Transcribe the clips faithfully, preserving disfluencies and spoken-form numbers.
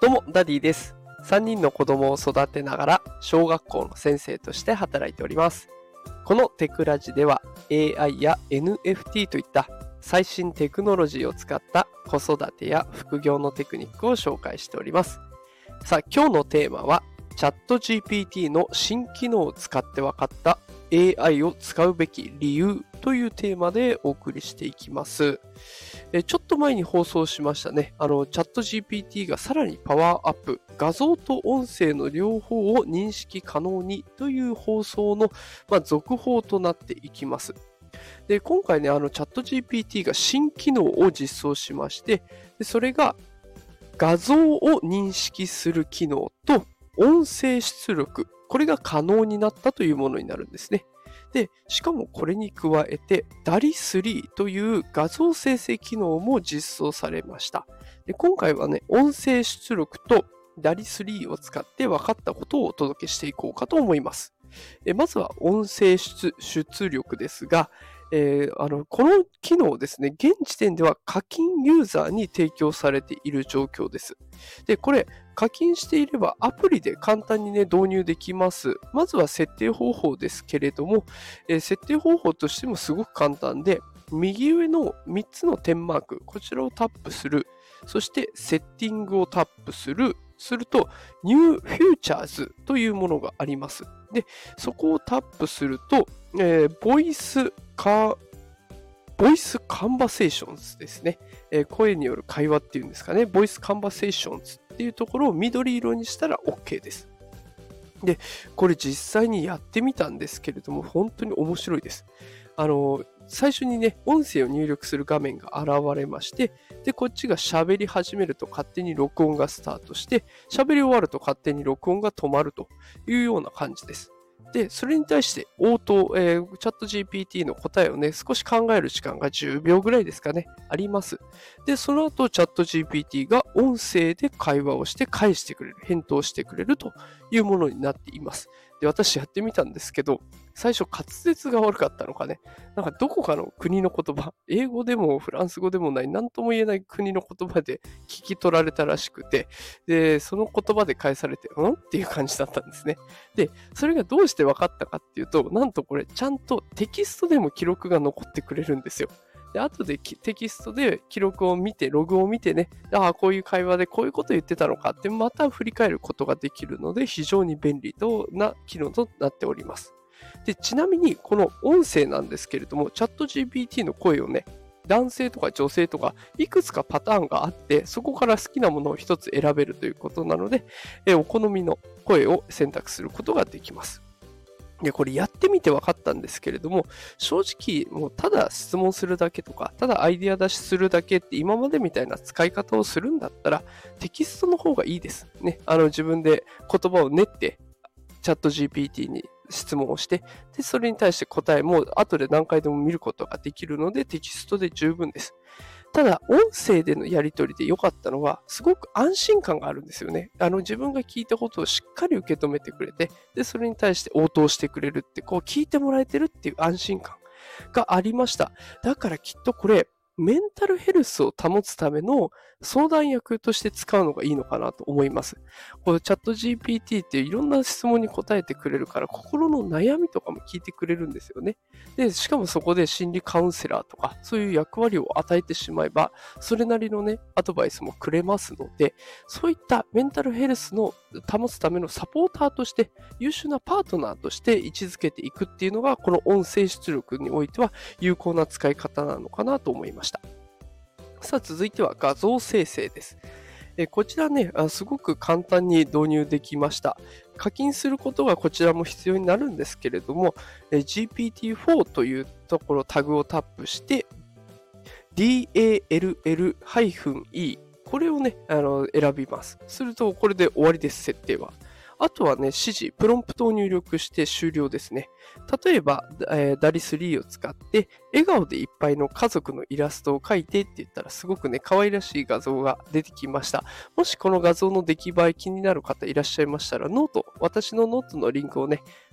どうもダディです。さんにんの子供を育てながら小学校の先生として働いております。このテクラジでは エーアイ や エヌエフティー といった最新テクノロジーを使った子育てや副業のテクニックを紹介しております。さあ、今日のテーマはチャット ジーピーティー の新機能を使って分かった エーアイ を使うべき理由というテーマでお送りしていきます。えちょっと前に放送しましたね。あの、チャット ジーピーティー がさらにパワーアップ、画像と音声の両方を認識可能にという放送の、まあ、続報となっていきます。で、今回ね、あの、チャット ジーピーティー が新機能を実装しまして、でそれが画像を認識する機能と音声出力、これが可能になったというものになるんですね。で、しかもこれに加えて ダリスリー という画像生成機能も実装されました。で、今回はね、音声出力と ダリスリー を使って分かったことをお届けしていこうかと思います。えまずは音声 出, 出力ですが、えー、あのこの機能ですね、現時点では課金ユーザーに提供されている状況です。で、これ、課金していればアプリで簡単にね、導入できます。まずは設定方法ですけれども、えー、設定方法としてもすごく簡単で、右上のみっつの点マーク、こちらをタップする。そしてセッティングをタップする。すると、New Features というものがあります。で、そこをタップすると、えー、ボイスカボイスカンバセーションズですね、えー。声による会話っていうんですかね。ボイスカンバセーションズっていうところを緑色にしたら OK です。で、これ実際にやってみたんですけれども、本当に面白いです。あの、最初にね、音声を入力する画面が現れまして、で、こっちが喋り始めると勝手に録音がスタートして、喋り終わると勝手に録音が止まるというような感じです。で、それに対して応答、えー、チャット ジーピーティー の答えをね、少し考える時間がじゅうびょうぐらいですかね、あります。で、その後、チャット ジーピーティー が音声で会話をして返してくれる、返答してくれるというものになっています。で、私やってみたんですけど、最初滑舌が悪かったのかね、なんかどこかの国の言葉、英語でもフランス語でもない、何とも言えない国の言葉で聞き取られたらしくて、で、その言葉で返されて、んっていう感じだったんですね。で、それがどうして分かったかっていうと、なんとこれちゃんとテキストでも記録が残ってくれるんですよ。で、後でテキストで記録を見て、ログを見てね、ああ、こういう会話でこういうこと言ってたのかって、また振り返ることができるので、非常に便利な機能となっております。で、ちなみに、この音声なんですけれども、チャット ジーピーティー の声をね、男性とか女性とか、いくつかパターンがあって、そこから好きなものを一つ選べるということなので、えお好みの声を選択することができます。で、これやってみて分かったんですけれども、正直、もうただ質問するだけとか、ただアイディア出しするだけって今までみたいな使い方をするんだったら、テキストの方がいいです。ね。あの、自分で言葉を練って、チャット ジーピーティー に質問をして、で、それに対して答えも後で何回でも見ることができるので、テキストで十分です。ただ、音声でのやり取りで良かったのは、すごく安心感があるんですよね。あの、自分が聞いたことをしっかり受け止めてくれて、で、それに対して応答してくれるって、こう、聞いてもらえてるっていう安心感がありました。だからきっとこれ、メンタルヘルスを保つための相談役として使うのがいいのかなと思います。このチャット ジーピーティー っていろんな質問に答えてくれるから、心の悩みとかも聞いてくれるんですよね。で、しかもそこで心理カウンセラーとか、そういう役割を与えてしまえば、それなりのね、アドバイスもくれますので、そういったメンタルヘルスの保つためのサポーターとして、優秀なパートナーとして位置づけていくっていうのが、この音声出力においては有効な使い方なのかなと思いました。さあ、続いては画像生成です。えこちらね、すごく簡単に導入できました。課金することがこちらも必要になるんですけれども、ジーピーティーフォー というところタグをタップして、ダル イー これをね、あの選びます。すると、これで終わりです、設定は。あとはね、指示、プロンプトを入力して終了ですね。例えば、えー、ダリスリー を使って、笑顔でいっぱいの家族のイラストを描いてって言ったら、すごくね、可愛らしい画像が出てきました。もしこの画像の出来栄え気になる方いらっしゃいましたら、ノート、私のノートのリンクをね、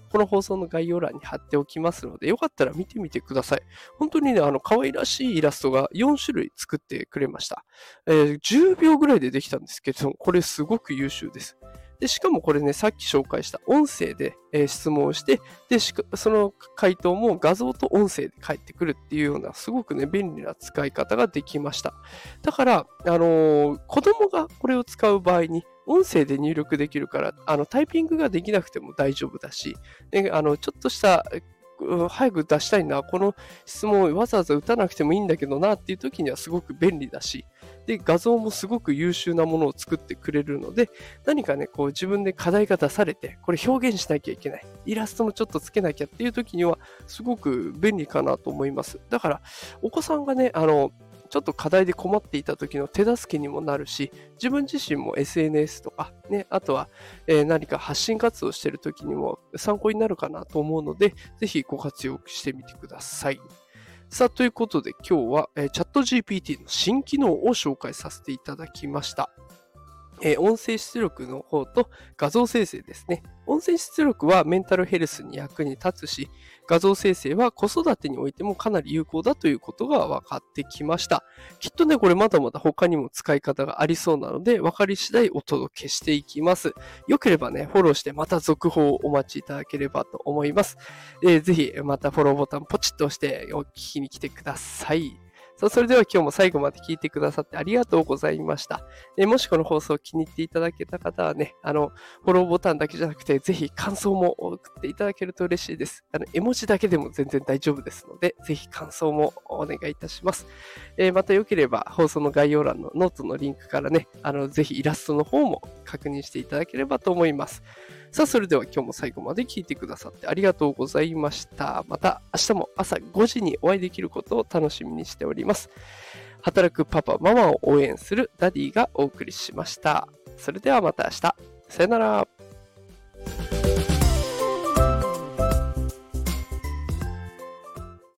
この放送の概要欄に貼っておきますので、よかったら見てみてください。本当にね、あの、可愛らしいイラストがよん種類作ってくれました。えー、じゅうびょうぐらいでできたんですけど、これすごく優秀です。で、しかもこれね、さっき紹介した音声で、えー質問をして、で、しかその回答も画像と音声で返ってくるっていうような、すごくね、便利な使い方ができました。だから、あのー子供がこれを使う場合に、音声で入力できるから、あの、タイピングができなくても大丈夫だし、ね、あの、ちょっとした、うん早く出したいな、この質問をわざわざ打たなくてもいいんだけどなっていう時にはすごく便利だし、で、画像もすごく優秀なものを作ってくれるので、何かね、こう自分で課題が出されて、これ表現しなきゃいけない。イラストもちょっとつけなきゃっていう時には、すごく便利かなと思います。だから、お子さんがね、あの、ちょっと課題で困っていた時の手助けにもなるし、自分自身も エスエヌエス とか、ね、あとは、えー何か発信活動している時にも参考になるかなと思うので、ぜひご活用してみてください。さあ、ということで今日は、えー、チャット ジーピーティー の新機能を紹介させていただきました。えー音声出力の方と画像生成ですね。音声出力はメンタルヘルスに役に立つし、画像生成は子育てにおいてもかなり有効だということが分かってきました。きっとね、これまだまだ他にも使い方がありそうなので、分かり次第お届けしていきます。よければね、フォローしてまた続報をお待ちいただければと思います。えーぜひまたフォローボタンポチッと押してお聞きに来てください。さあ、それでは今日も最後まで聞いてくださってありがとうございました。えーもしこの放送を気に入っていただけた方はね、あの、フォローボタンだけじゃなくて、ぜひ感想も送っていただけると嬉しいです。あの、絵文字だけでも全然大丈夫ですので、ぜひ感想もお願いいたします。えーまたよければ、放送の概要欄のノートのリンクからね、あの、ぜひイラストの方も確認していただければと思います。さあ、それでは今日も最後まで聞いてくださってありがとうございました。また明日も朝ごじにお会いできることを楽しみにしております。働くパパ、ママを応援するダディがお送りしました。それではまた明日。さよなら。